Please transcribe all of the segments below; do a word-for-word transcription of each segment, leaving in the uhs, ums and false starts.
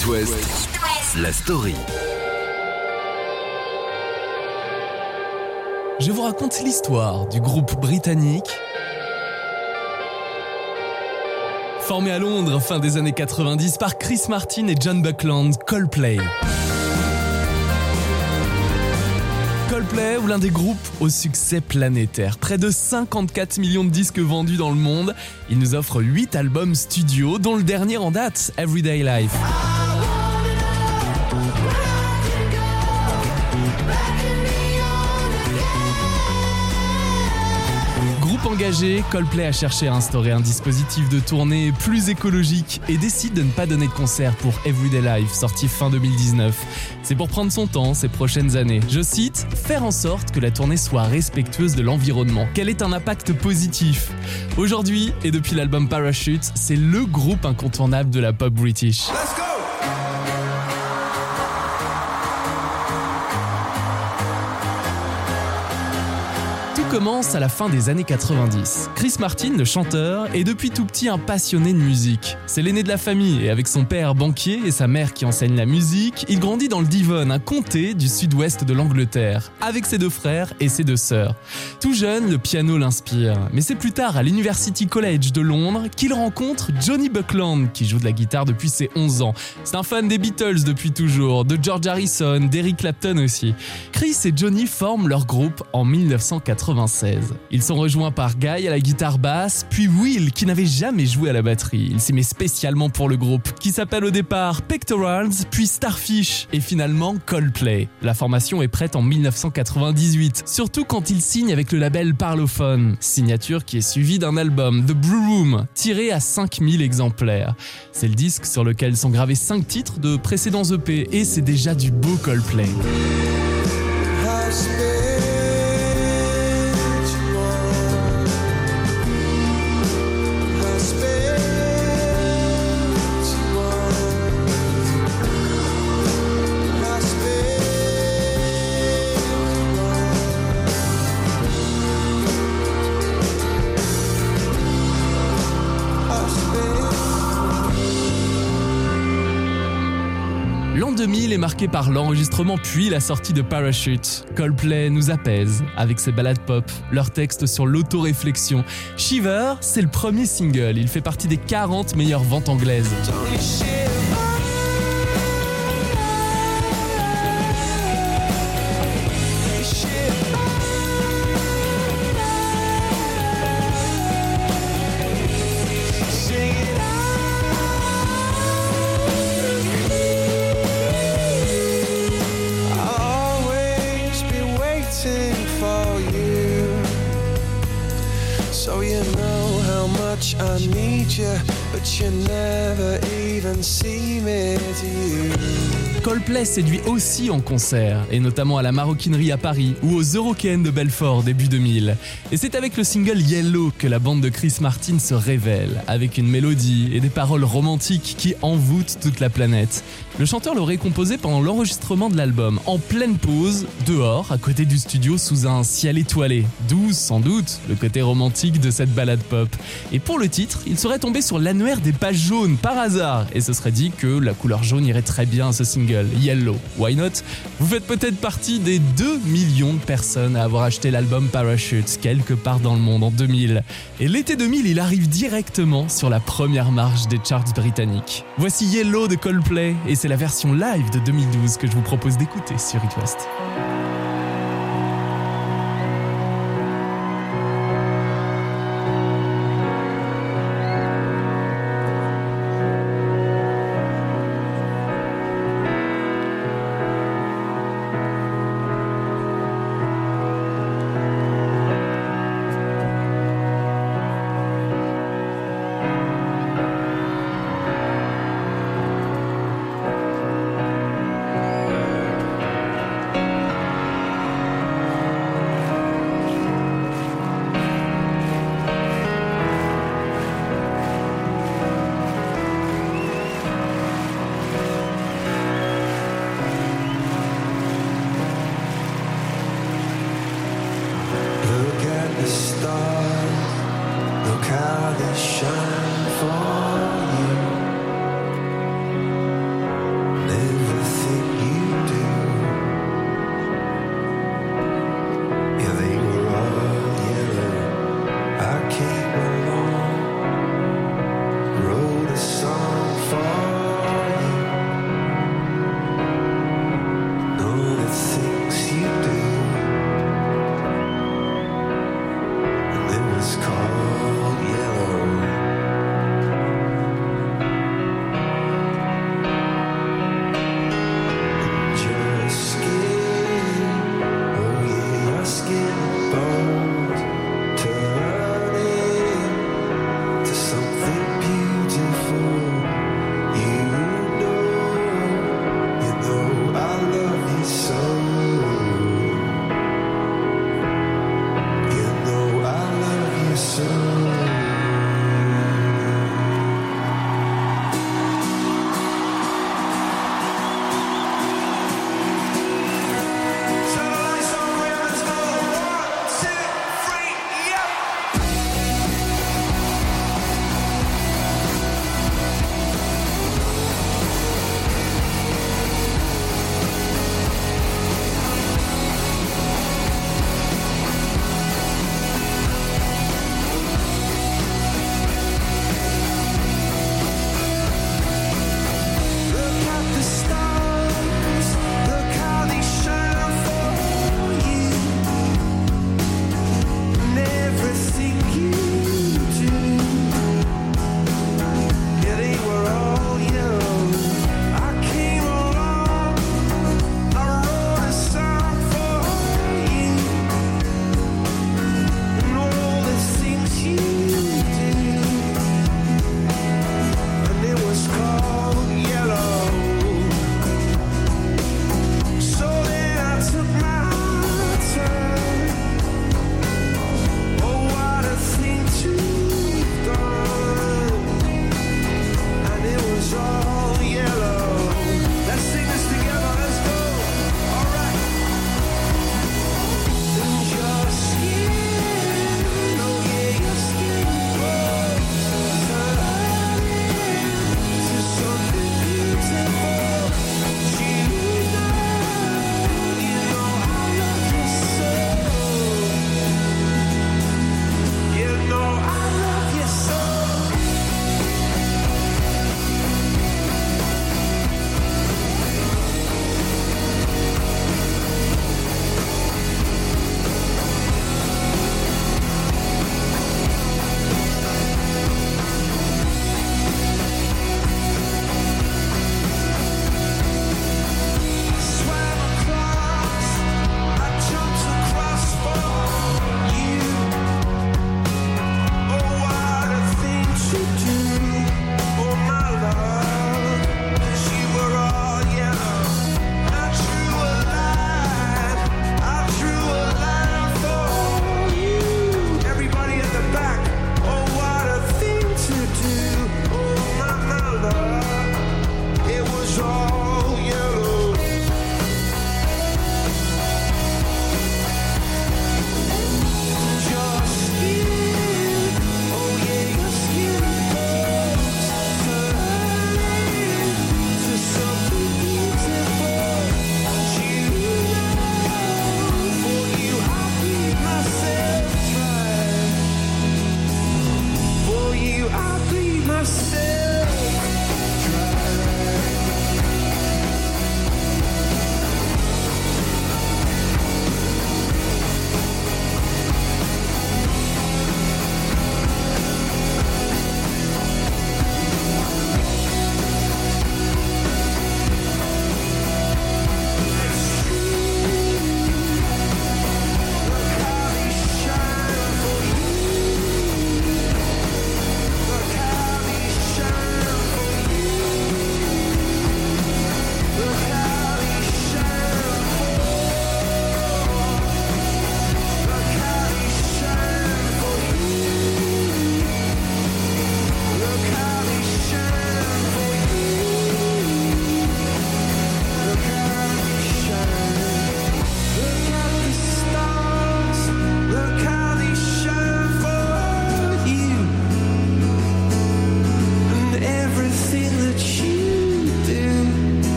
It West, la story. Je vous raconte l'histoire du groupe britannique formé à Londres fin des années quatre-vingt-dix par Chris Martin et John Buckland, Coldplay. Coldplay, ou l'un des groupes au succès planétaire. Près de cinquante-quatre millions de disques vendus dans le monde. Il nous offre huit albums studio, dont le dernier en date, Everyday Life. Groupe engagé, Coldplay a cherché à instaurer un dispositif de tournée plus écologique et décide de ne pas donner de concert pour Everyday Life, sorti fin deux mille dix-neuf. C'est pour prendre son temps ces prochaines années. Je cite, « Faire en sorte que la tournée soit respectueuse de l'environnement, qu'elle ait un impact positif. » Aujourd'hui, et depuis l'album Parachute, c'est le groupe incontournable de la pop british. Let's go! Commence à la fin des années quatre-vingt-dix. Chris Martin, le chanteur, est depuis tout petit un passionné de musique. C'est l'aîné de la famille et avec son père banquier et sa mère qui enseigne la musique, il grandit dans le Devon, un comté du sud-ouest de l'Angleterre, avec ses deux frères et ses deux sœurs. Tout jeune, le piano l'inspire, mais c'est plus tard à l'University College de Londres qu'il rencontre Johnny Buckland, qui joue de la guitare depuis ses onze ans. C'est un fan des Beatles depuis toujours, de George Harrison, d'Eric Clapton aussi. Chris et Johnny forment leur groupe en dix-neuf cent quatre-vingt-seize. Ils sont rejoints par Guy à la guitare basse, puis Will qui n'avait jamais joué à la batterie. Il s'y met spécialement pour le groupe, qui s'appelle au départ Pectorals, puis Starfish et finalement Coldplay. La formation est prête en dix-neuf cent quatre-vingt-dix-huit, surtout quand ils signent avec le label Parlophone, signature qui est suivie d'un album, The Blue Room, tiré à cinq mille exemplaires. C'est le disque sur lequel sont gravés cinq titres de précédents E P et c'est déjà du beau Coldplay. L'an deux mille est marqué par l'enregistrement puis la sortie de Parachute. Coldplay nous apaise avec ses ballades pop, leurs textes sur l'autoréflexion. Shiver, c'est le premier single, il fait partie des quarante meilleures ventes anglaises. So you know how much I need you, but you never even see me to you. Coldplay séduit aussi en concert, et notamment à la Maroquinerie à Paris ou aux Eurockéennes de Belfort début deux mille. Et c'est avec le single Yellow que la bande de Chris Martin se révèle, avec une mélodie et des paroles romantiques qui envoûtent toute la planète. Le chanteur l'aurait composé pendant l'enregistrement de l'album, en pleine pause, dehors, à côté du studio sous un ciel étoilé. D'où, sans doute, le côté romantique de cette ballade pop. Et pour le titre, il serait tombé sur l'annuaire des pages jaunes par hasard, et se serait dit que la couleur jaune irait très bien à ce single. Yellow, why not? Vous faites peut-être partie des deux millions de personnes à avoir acheté l'album Parachute quelque part dans le monde en deux mille. Et l'été deux mille, il arrive directement sur la première marche des charts britanniques. Voici Yellow de Coldplay et c'est la version live de deux mille douze que je vous propose d'écouter sur It West.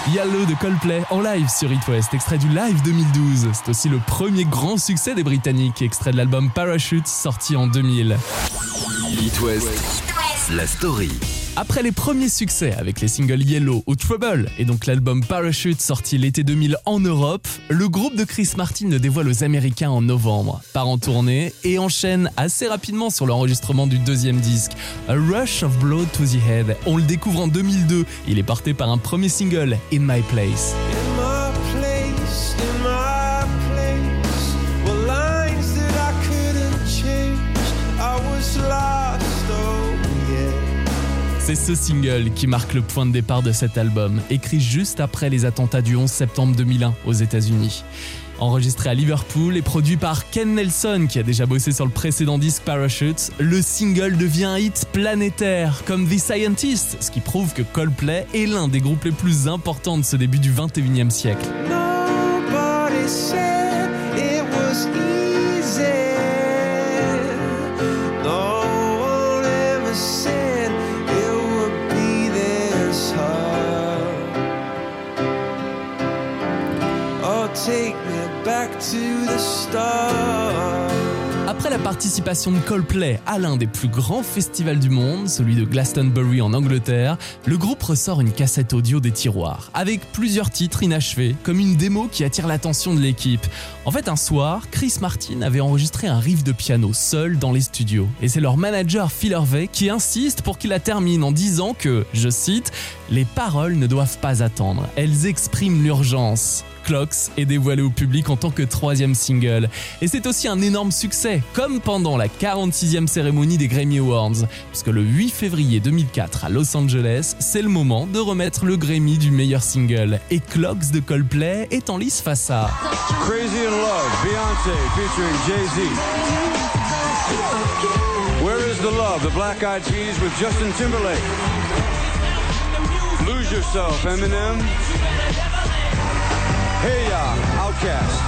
Yellow de Coldplay en live sur It West, extrait du Live deux mille douze. C'est aussi le premier grand succès des Britanniques, extrait de l'album Parachute sorti en deux mille. It West, la story. Après les premiers succès avec les singles Yellow ou Trouble et donc l'album Parachute sorti l'été deux mille en Europe, le groupe de Chris Martin le dévoile aux Américains en novembre, part en tournée et enchaîne assez rapidement sur l'enregistrement du deuxième disque, A Rush of Blood to the Head. On le découvre en deux mille deux, il est porté par un premier single, In My Place. In my place, in my place, were lines that I couldn't change. I was lost, oh yeah. C'est ce single qui marque le point de départ de cet album, écrit juste après les attentats du onze septembre deux mille un aux États-Unis. Enregistré à Liverpool et produit par Ken Nelson qui a déjà bossé sur le précédent disque Parachute, le single devient un hit planétaire comme The Scientist, ce qui prouve que Coldplay est l'un des groupes les plus importants de ce début du vingt et unième siècle. Nobody said it was easy. No one ever said it would be this hard. Oh, take me back to the start. Après la participation de Coldplay à l'un des plus grands festivals du monde, celui de Glastonbury en Angleterre, le groupe ressort une cassette audio des tiroirs, avec plusieurs titres inachevés, comme une démo qui attire l'attention de l'équipe. En fait, un soir, Chris Martin avait enregistré un riff de piano seul dans les studios, et c'est leur manager Phil Harvey qui insiste pour qu'il la termine en disant que, je cite, « Les paroles ne doivent pas attendre, elles expriment l'urgence ». Clocks est dévoilé au public en tant que troisième single. Et c'est aussi un énorme succès, comme pendant la quarante-sixième cérémonie des Grammy Awards, puisque le huit février deux mille quatre à Los Angeles, c'est le moment de remettre le Grammy du meilleur single. Et Clocks de Coldplay est en lice face à Crazy in Love, Beyoncé featuring Jay-Z. Where is the Love, the Black Eyed Peas with Justin Timberlake. Lose Yourself, Eminem. Hey Ya, Outkast.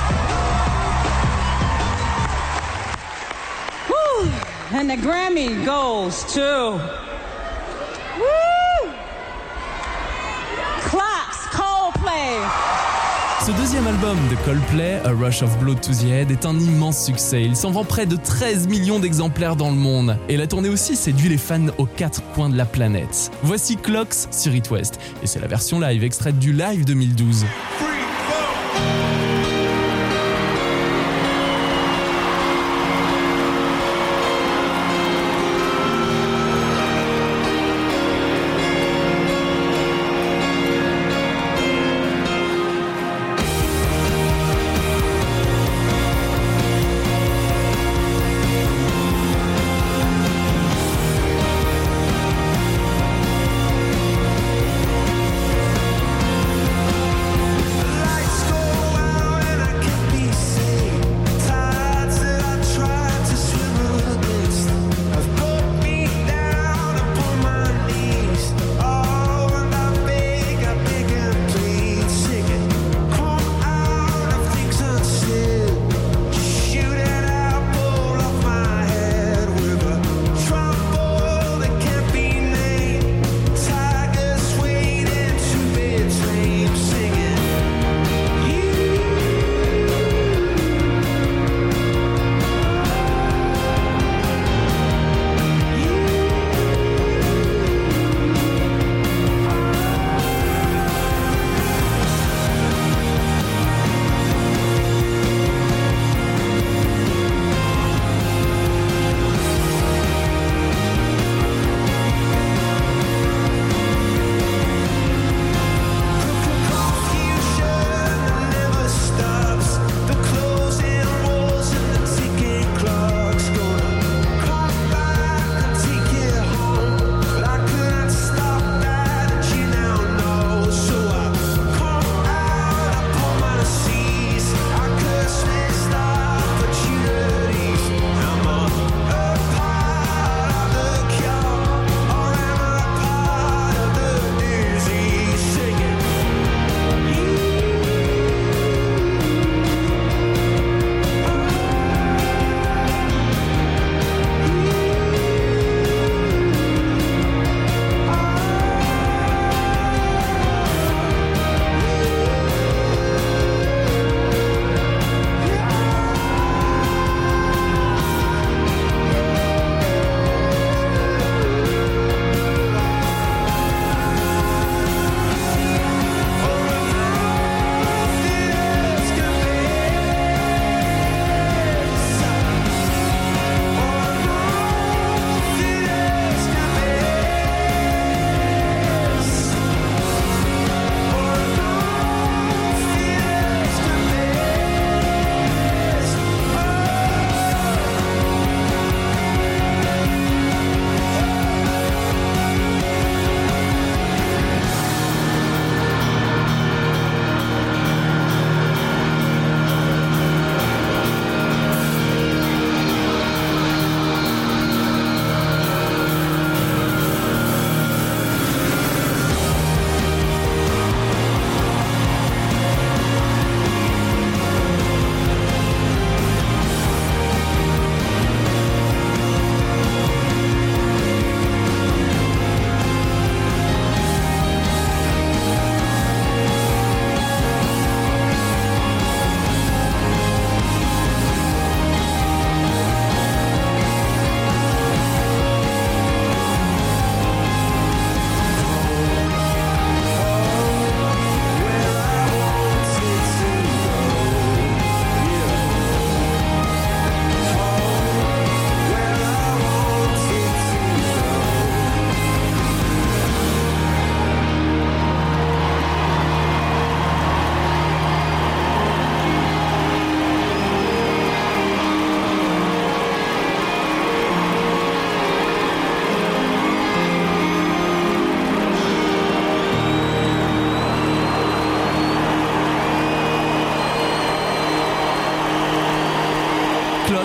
Woo! And the Grammy goes to Woo! Clocks, Coldplay. Ce deuxième album de Coldplay, A Rush of Blood to the Head, est un immense succès. Il s'en vend près de treize millions d'exemplaires dans le monde. Et la tournée aussi séduit les fans aux quatre coins de la planète. Voici Clocks sur It West. Et c'est la version live extraite du Live deux mille douze. Lights go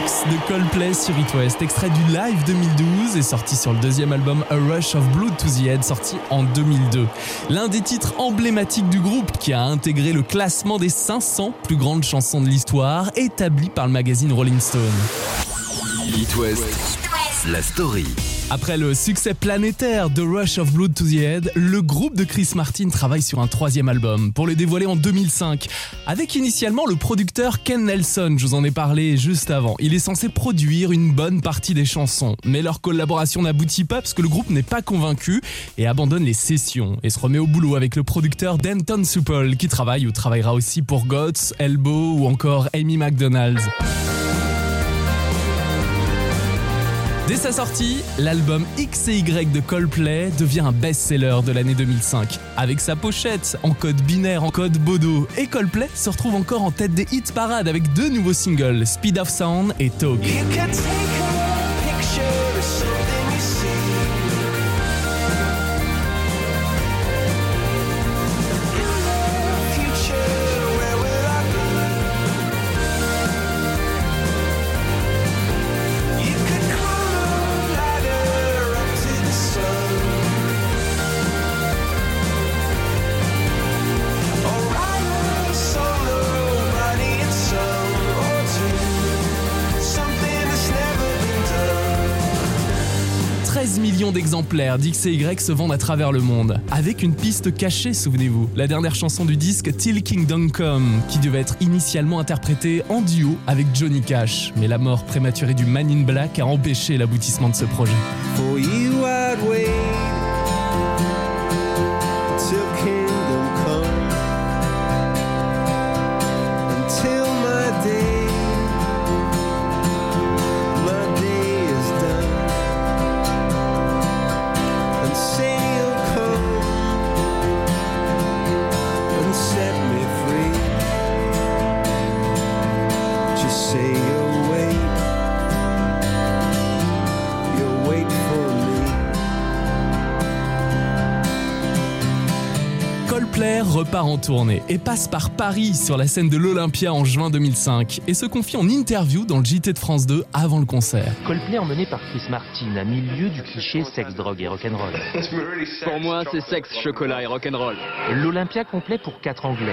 Lux de Coldplay sur It West, extrait du Live deux mille douze et sorti sur le deuxième album A Rush of Blood to the Head, sorti en deux mille deux. L'un des titres emblématiques du groupe qui a intégré le classement des cinq cents plus grandes chansons de l'histoire établi par le magazine Rolling Stone. It West, la story. Après le succès planétaire de Rush of Blood to the Head, le groupe de Chris Martin travaille sur un troisième album pour le dévoiler en deux mille cinq, avec initialement le producteur Ken Nelson, je vous en ai parlé juste avant. Il est censé produire une bonne partie des chansons, mais leur collaboration n'aboutit pas parce que le groupe n'est pas convaincu et abandonne les sessions et se remet au boulot avec le producteur Denton Supple qui travaille ou travaillera aussi pour Guts, Elbow ou encore Amy McDonald. Dès sa sortie, l'album X et Y de Coldplay devient un best-seller de l'année deux mille cinq. Avec sa pochette en code binaire, en code Bodo, et Coldplay se retrouve encore en tête des hit parades avec deux nouveaux singles, Speed of Sound et Talk. treize millions d'exemplaires d'X et Y se vendent à travers le monde, avec une piste cachée, souvenez-vous, la dernière chanson du disque Till Kingdom Come, qui devait être initialement interprétée en duo avec Johnny Cash, mais la mort prématurée du Man in Black a empêché l'aboutissement de ce projet. For you I'd wait till kingdom come, until my day, my day is done, and say you'll come and set me free. Just say you'll wait, you'll wait for me. Coldplay repart en tournée et passe par Paris sur la scène de l'Olympia en juin deux mille cinq et se confie en interview dans le J T de France deux avant le concert. Coldplay emmené par Chris Martin a mis lieu du cliché sexe, drogue et rock'n'roll. Pour moi, c'est sexe, chocolat et rock'n'roll. L'Olympia complet pour quatre Anglais.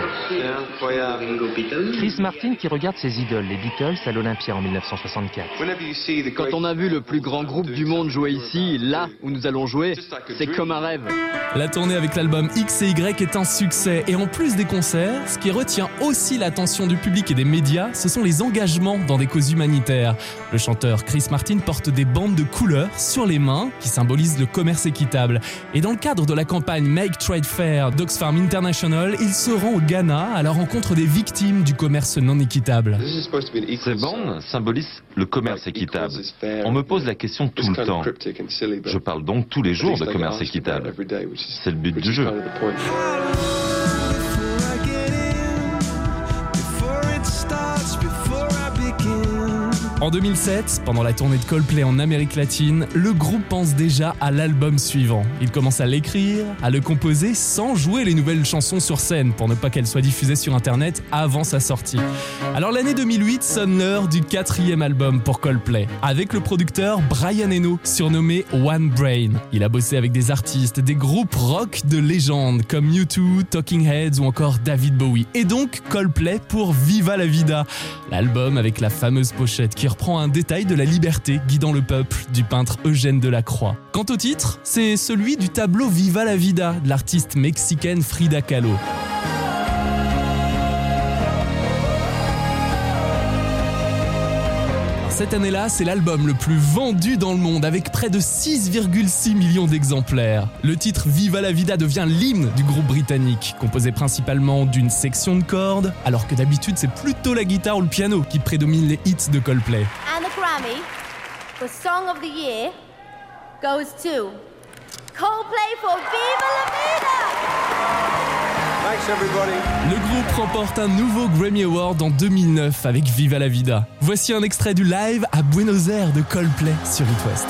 Chris Martin qui regarde ses idoles, les Beatles, à l'Olympia en dix-neuf cent soixante-quatre. Quand on a vu le plus grand groupe du monde jouer ici, là où nous allons jouer, c'est comme un rêve. La tournée avec l'album X et Y est un succès et en plus des concerts, ce qui retient aussi l'attention du public et des médias, ce sont les engagements dans des causes humanitaires. Le chanteur Chris Martin porte des bandes de couleurs sur les mains qui symbolisent le commerce équitable. Et dans le cadre de la campagne Make Trade Fair d'Oxfam International, il se rend au Ghana à la rencontre des victimes du commerce non équitable. Ces bandes symbolisent le commerce équitable. On me pose la question tout le temps. Je parle donc tous les jours de commerce équitable. C'est le but du jeu. En deux mille sept, pendant la tournée de Coldplay en Amérique latine, le groupe pense déjà à l'album suivant. Il commence à l'écrire, à le composer sans jouer les nouvelles chansons sur scène pour ne pas qu'elles soient diffusées sur internet avant sa sortie. Alors l'année deux mille huit sonne l'heure du quatrième album pour Coldplay, avec le producteur Brian Eno, surnommé One Brain. Il a bossé avec des artistes, des groupes rock de légende comme U deux, Talking Heads ou encore David Bowie. Et donc Coldplay pour Viva la Vida, l'album avec la fameuse pochette qui reprend un détail de la liberté guidant le peuple du peintre Eugène Delacroix. Quant au titre, c'est celui du tableau Viva la Vida de l'artiste mexicaine Frida Kahlo. Cette année-là, c'est l'album le plus vendu dans le monde avec près de six virgule six millions d'exemplaires. Le titre Viva la Vida devient l'hymne du groupe britannique, composé principalement d'une section de cordes, alors que d'habitude c'est plutôt la guitare ou le piano qui prédominent les hits de Coldplay. And the Grammy for Song of the Year goes to Coldplay for Viva la Vida! Thanks everybody. Le groupe remporte un nouveau Grammy Award en deux mille neuf avec Viva la Vida. Voici un extrait du live à Buenos Aires de Coldplay sur It West.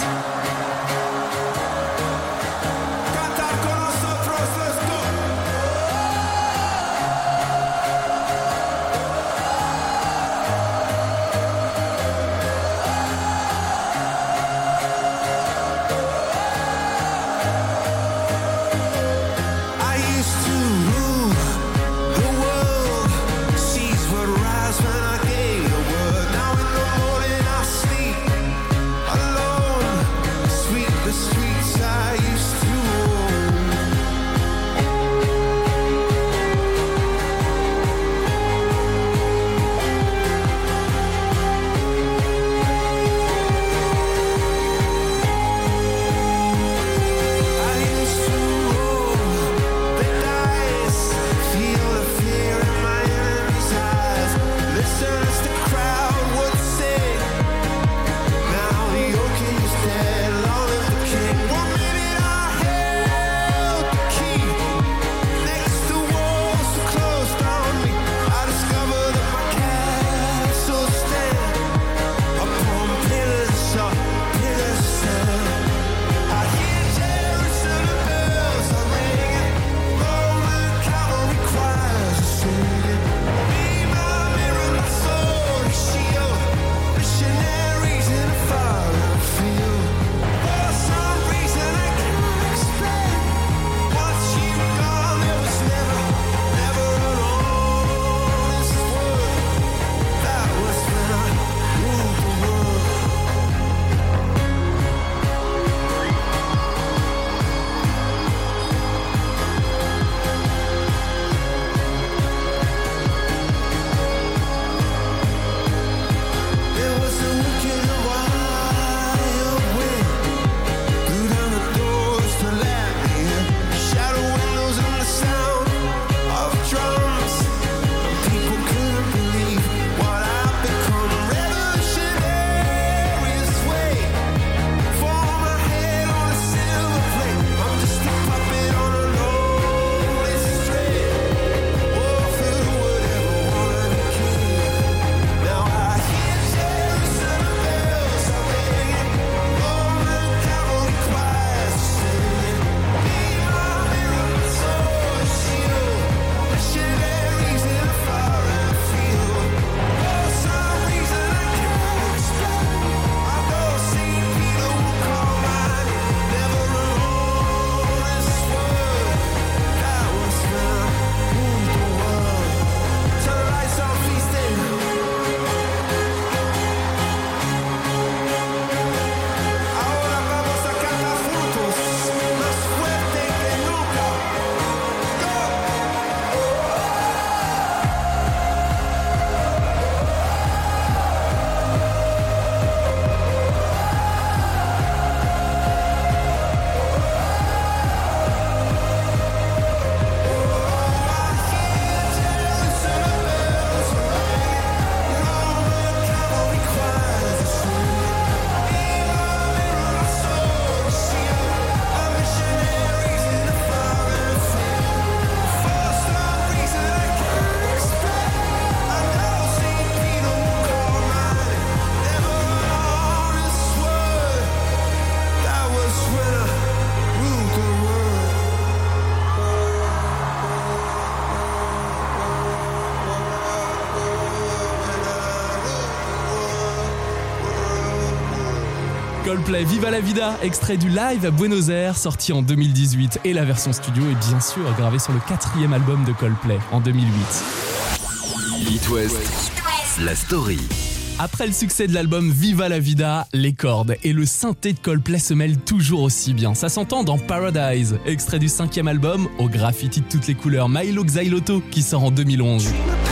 Coldplay, Viva la Vida, extrait du live à Buenos Aires, sorti en deux mille dix-huit. Et la version studio est bien sûr gravée sur le quatrième album de Coldplay, en deux mille huit. It West, la story. Après le succès de l'album Viva la Vida, les cordes et le synthé de Coldplay se mêlent toujours aussi bien. Ça s'entend dans Paradise, extrait du cinquième album, au graffiti de toutes les couleurs, Mylo Xyloto, qui sort en deux mille onze.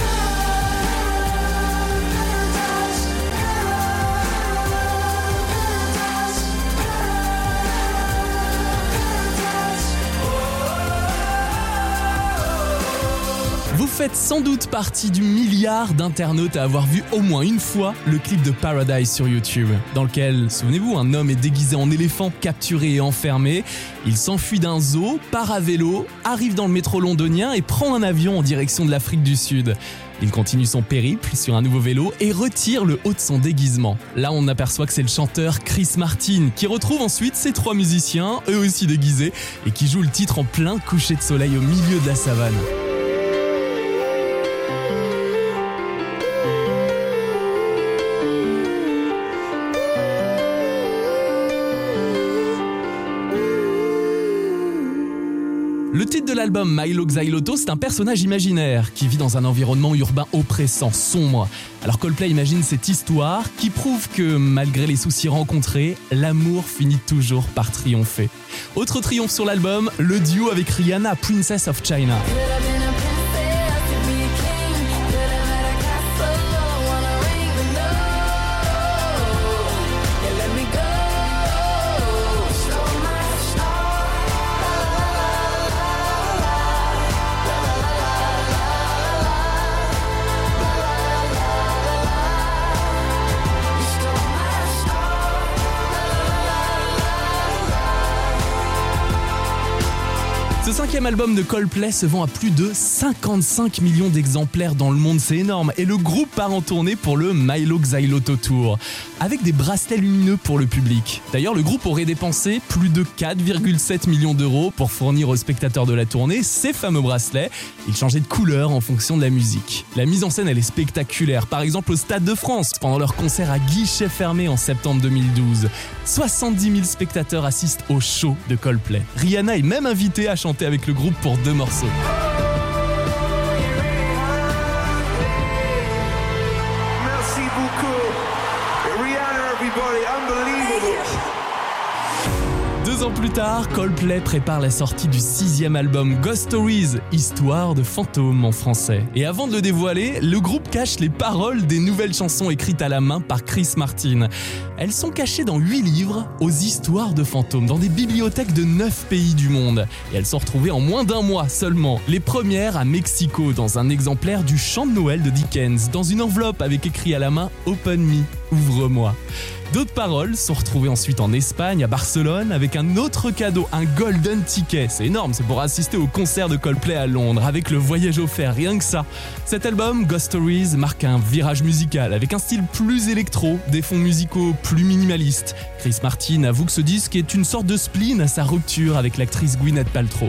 Vous faites sans doute partie du milliard d'internautes à avoir vu au moins une fois le clip de Paradise sur YouTube, dans lequel, souvenez-vous, un homme est déguisé en éléphant, capturé et enfermé. Il s'enfuit d'un zoo, part à vélo, arrive dans le métro londonien et prend un avion en direction de l'Afrique du Sud. Il continue son périple sur un nouveau vélo et retire le haut de son déguisement. Là, on aperçoit que c'est le chanteur Chris Martin qui retrouve ensuite ses trois musiciens, eux aussi déguisés, et qui joue le titre en plein coucher de soleil au milieu de la savane. Le titre de l'album Mylo Xyloto, c'est un personnage imaginaire qui vit dans un environnement urbain oppressant, sombre. Alors Coldplay imagine cette histoire qui prouve que malgré les soucis rencontrés, l'amour finit toujours par triompher. Autre triomphe sur l'album, le duo avec Rihanna, Princess of China. Ce cinquième album de Coldplay se vend à plus de cinquante-cinq millions d'exemplaires dans le monde, c'est énorme. Et le groupe part en tournée pour le Mylo Xyloto Tour, avec des bracelets lumineux pour le public. D'ailleurs, le groupe aurait dépensé plus de quatre virgule sept millions d'euros pour fournir aux spectateurs de la tournée ces fameux bracelets. Ils changeaient de couleur en fonction de la musique. La mise en scène, elle est spectaculaire. Par exemple, au Stade de France, pendant leur concert à guichet fermé en septembre deux mille douze. soixante-dix mille spectateurs assistent au show de Coldplay. Rihanna est même invitée à chanter avec le groupe pour deux morceaux. Merci beaucoup. Rihanna, everybody, unbelievable. Deux ans plus tard, Coldplay prépare la sortie du sixième album Ghost Stories, Histoire de fantômes en français. Et avant de le dévoiler, le groupe cache les paroles des nouvelles chansons écrites à la main par Chris Martin. Elles sont cachées dans huit livres aux histoires de fantômes, dans des bibliothèques de neuf pays du monde. Et elles sont retrouvées en moins d'un mois seulement. Les premières à Mexico, dans un exemplaire du Chant de Noël de Dickens, dans une enveloppe avec écrit à la main « Open me », ouvre-moi. D'autres paroles sont retrouvées ensuite en Espagne, à Barcelone, avec un autre cadeau, un golden ticket. C'est énorme, c'est pour assister au concert de Coldplay à Londres, avec le voyage offert, rien que ça. Cet album, Ghost Stories, marque un virage musical, avec un style plus électro, des fonds musicaux plus minimalistes. Chris Martin avoue que ce disque est une sorte de spleen à sa rupture avec l'actrice Gwyneth Paltrow.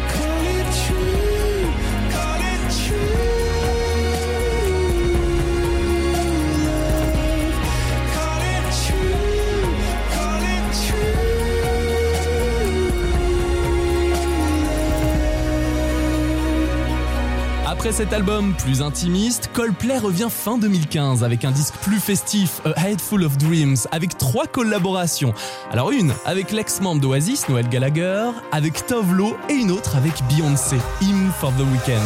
Après cet album plus intimiste, Coldplay revient fin deux mille quinze avec un disque plus festif, A Head Full of Dreams, avec trois collaborations. Alors une avec l'ex-membre d'Oasis, Noel Gallagher, avec Tove Lo, et une autre avec Beyoncé, Hymn for the Weekend.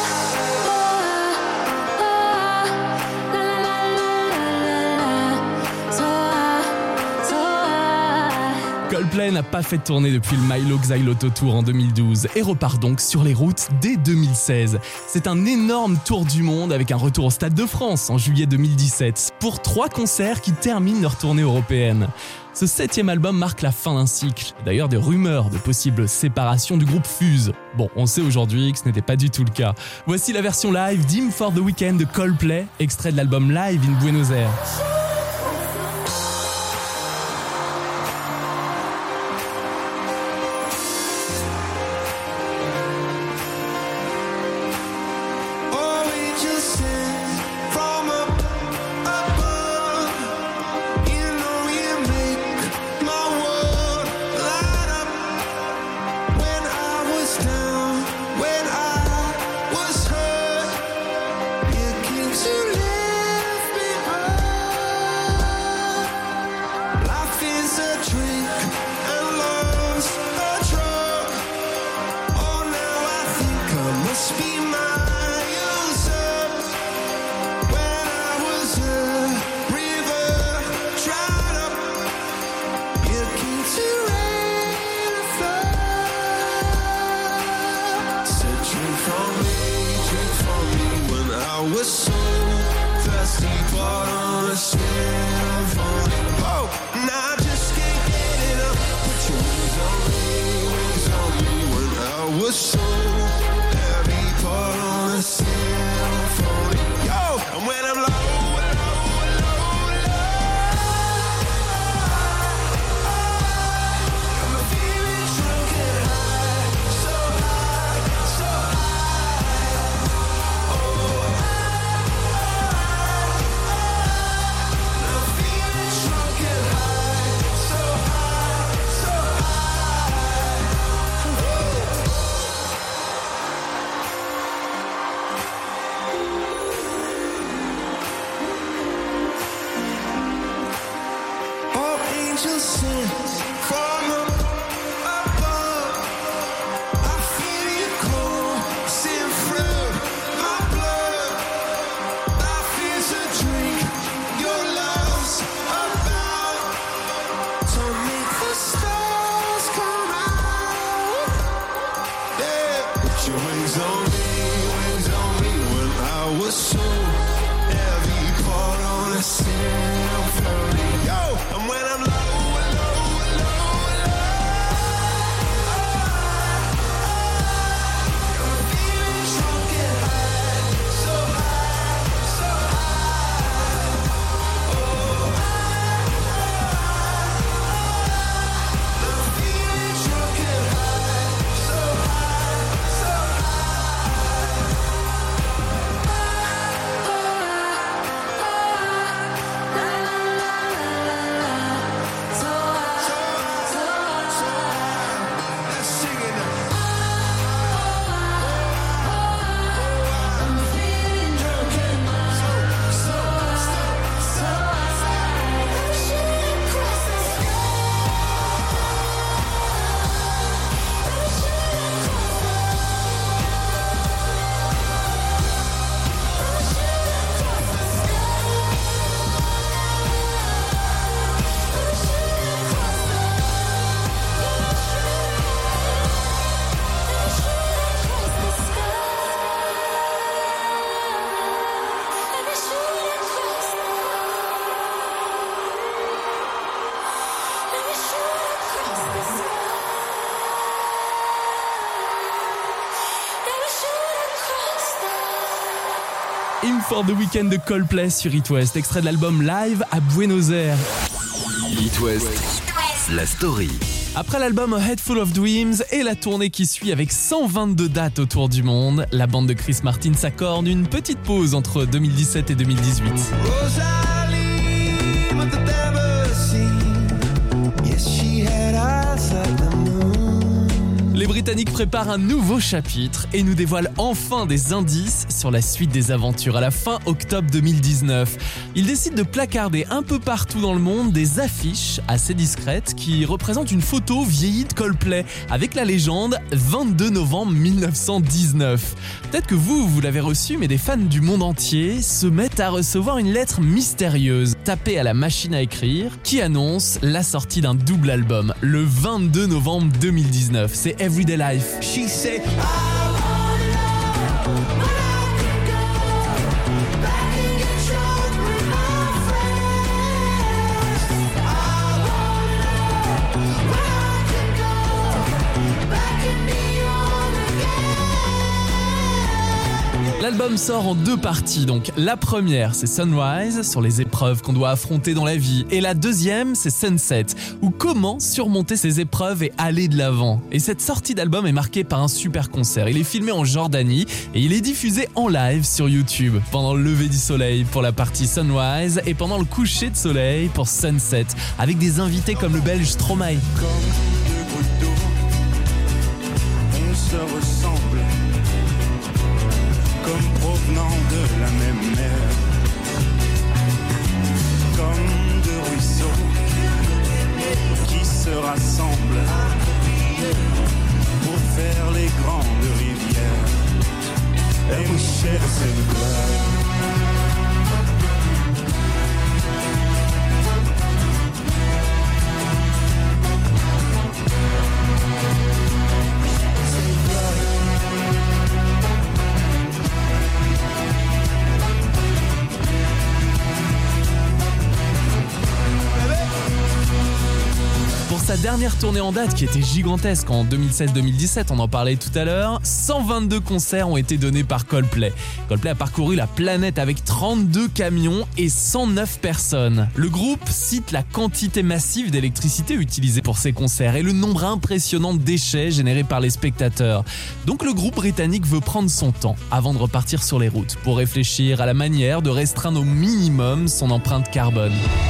Coldplay n'a pas fait de tournée depuis le Mylo Xyloto Tour en deux mille douze et repart donc sur les routes dès deux mille seize. C'est un énorme tour du monde avec un retour au Stade de France en juillet deux mille dix-sept pour trois concerts qui terminent leur tournée européenne. Ce septième album marque la fin d'un cycle. D'ailleurs, des rumeurs de possible séparation du groupe fusent. Bon, on sait aujourd'hui que ce n'était pas du tout le cas. Voici la version live d'Hymn for the Weekend de Coldplay, extrait de l'album Live in Buenos Aires. was so thirsty, but on a symphony. Oh, and I just can't get it up. Put your wings on me, wings on me. When I was so heavy, but on a symphony. Yo, and when I'm low, angels sing from up above. I feel you coursing through my blood. Life is a drink, your love's about to make the stars come out. Yeah, put your wings on me, wings on me. When I was so heavy, caught on a symphony. Yo, and when I'm low, In for the Weekend de Coldplay sur It West, extrait de l'album Live à Buenos Aires. It West, la story. Après l'album A Head Full of Dreams et la tournée qui suit avec cent vingt-deux dates autour du monde, la bande de Chris Martin s'accorde une petite pause entre deux mille dix-sept et deux mille dix-huit. Rosalie, but the never seen. Yes, she had eyes like the moon. Les Britanniques préparent un nouveau chapitre et nous dévoilent enfin des indices sur la suite des aventures à la fin octobre deux mille dix-neuf. Ils décident de placarder un peu partout dans le monde des affiches assez discrètes qui représentent une photo vieillie de Coldplay avec la légende vingt-deux novembre mille neuf cent dix-neuf. Peut-être que vous, vous l'avez reçu, mais des fans du monde entier se mettent à recevoir une lettre mystérieuse tapée à la machine à écrire qui annonce la sortie d'un double album le vingt-deux novembre deux mille dix-neuf. C'est Everyday Life. She said, I wanna know where I can go, back and get drunk with my friends. I wanna know where I can go, back and be young again. L'album sort en deux parties, donc la première c'est Sunrise, sur les épreuves qu'on doit affronter dans la vie, et la deuxième c'est Sunset, ou comment surmonter ces épreuves et aller de l'avant. Et cette sortie d'album est marquée par un super concert, il est filmé en Jordanie et il est diffusé en live sur YouTube, pendant le lever du soleil pour la partie Sunrise et pendant le coucher de soleil pour Sunset, avec des invités comme le belge Stromae. Comme deux gouttes d'eau, on se ressemble. Comme provenant de la même mer, comme deux ruisseaux qui se rassemblent pour faire les grandes rivières. And we share the same ground. dernière tournée en date qui était gigantesque en deux mille seize deux mille dix-sept, on en parlait tout à l'heure, cent vingt-deux concerts ont été donnés par Coldplay. Coldplay a parcouru la planète avec trente-deux camions et cent neuf personnes. Le groupe cite la quantité massive d'électricité utilisée pour ces concerts et le nombre impressionnant de déchets générés par les spectateurs. Donc le groupe britannique veut prendre son temps avant de repartir sur les routes pour réfléchir à la manière de restreindre au minimum son empreinte carbone.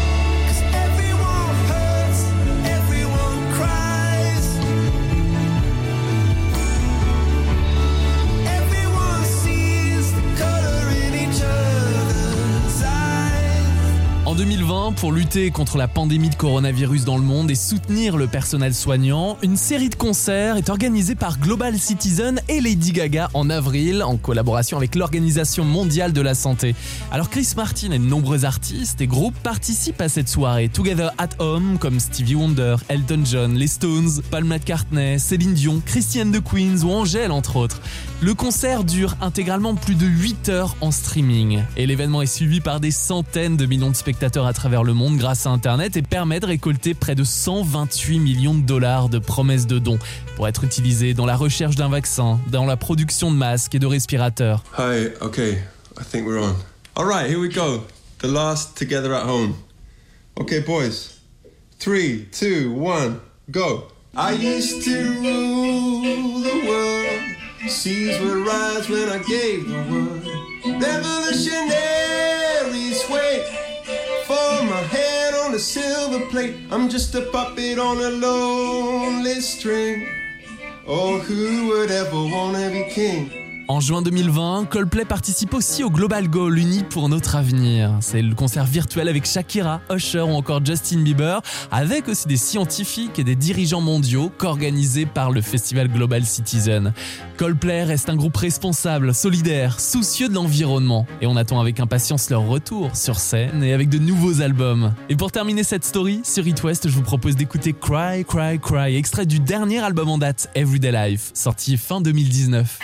En deux mille vingt, pour lutter contre la pandémie de coronavirus dans le monde et soutenir le personnel soignant, une série de concerts est organisée par Global Citizen et Lady Gaga en avril, en collaboration avec l'Organisation mondiale de la santé. Alors Chris Martin et de nombreux artistes et groupes participent à cette soirée Together at Home, comme Stevie Wonder, Elton John, les Stones, Paul McCartney, Céline Dion, Christy and the Queens ou Angèle entre autres. Le concert dure intégralement plus de huit heures en streaming et l'événement est suivi par des centaines de millions de spectateurs à travers le monde grâce à Internet et permet de récolter près de cent vingt-huit millions de dollars de promesses de dons pour être utilisés dans la recherche d'un vaccin, dans la production de masques et de respirateurs. Hi, okay, I think we're on. All right, here we go. The last Together at Home. Okay, boys. Three, two, one, go. I used to rule the world. Seas would rise when I gave the word. Revolutionaries wait for my head on a silver plate. I'm just a puppet on a lonely string. Oh, who would ever wanna be king? En juin deux mille vingt, Coldplay participe aussi au Global Goal Uni pour notre avenir. C'est le concert virtuel avec Shakira, Usher ou encore Justin Bieber, avec aussi des scientifiques et des dirigeants mondiaux co-organisés par le festival Global Citizen. Coldplay reste un groupe responsable, solidaire, soucieux de l'environnement et on attend avec impatience leur retour sur scène et avec de nouveaux albums. Et pour terminer cette story, sur It West, je vous propose d'écouter Cry, Cry, Cry, extrait du dernier album en date, Everyday Life, sorti fin deux mille dix-neuf.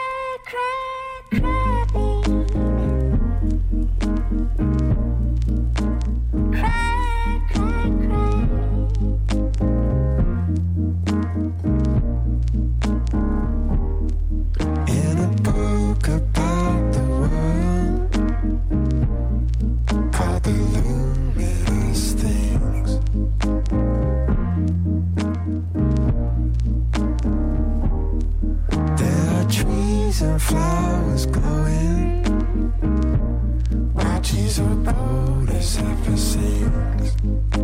And flowers glowing, watches are bold as ever sings.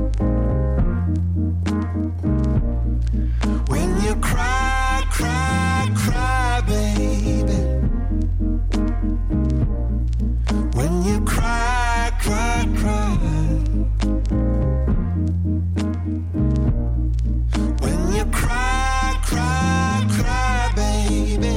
When you cry, cry, cry, baby. When you cry, cry, cry. When you cry, cry, cry, baby.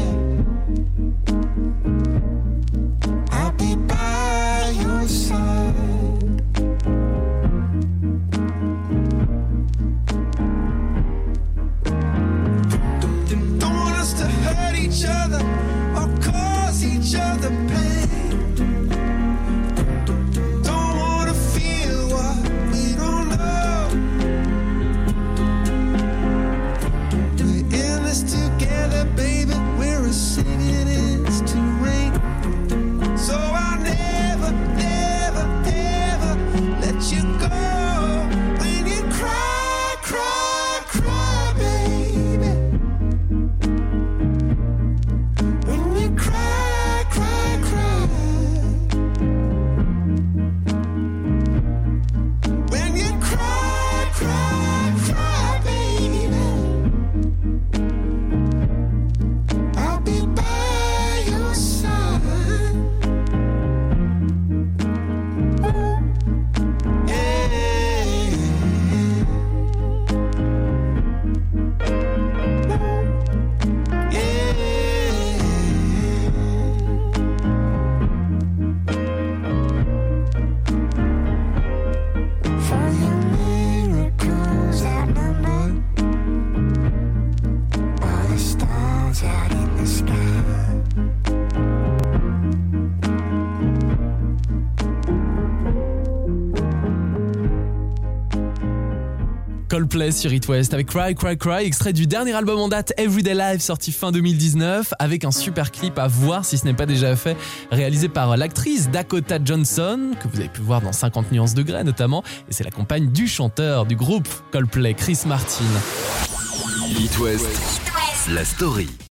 Coldplay sur It West avec Cry Cry Cry, extrait du dernier album en date Everyday Life sorti fin deux mille dix-neuf, avec un super clip à voir si ce n'est pas déjà fait, réalisé par l'actrice Dakota Johnson, que vous avez pu voir dans cinquante nuances de Grey notamment, et c'est la compagne du chanteur du groupe Coldplay, Chris Martin. It West, la story.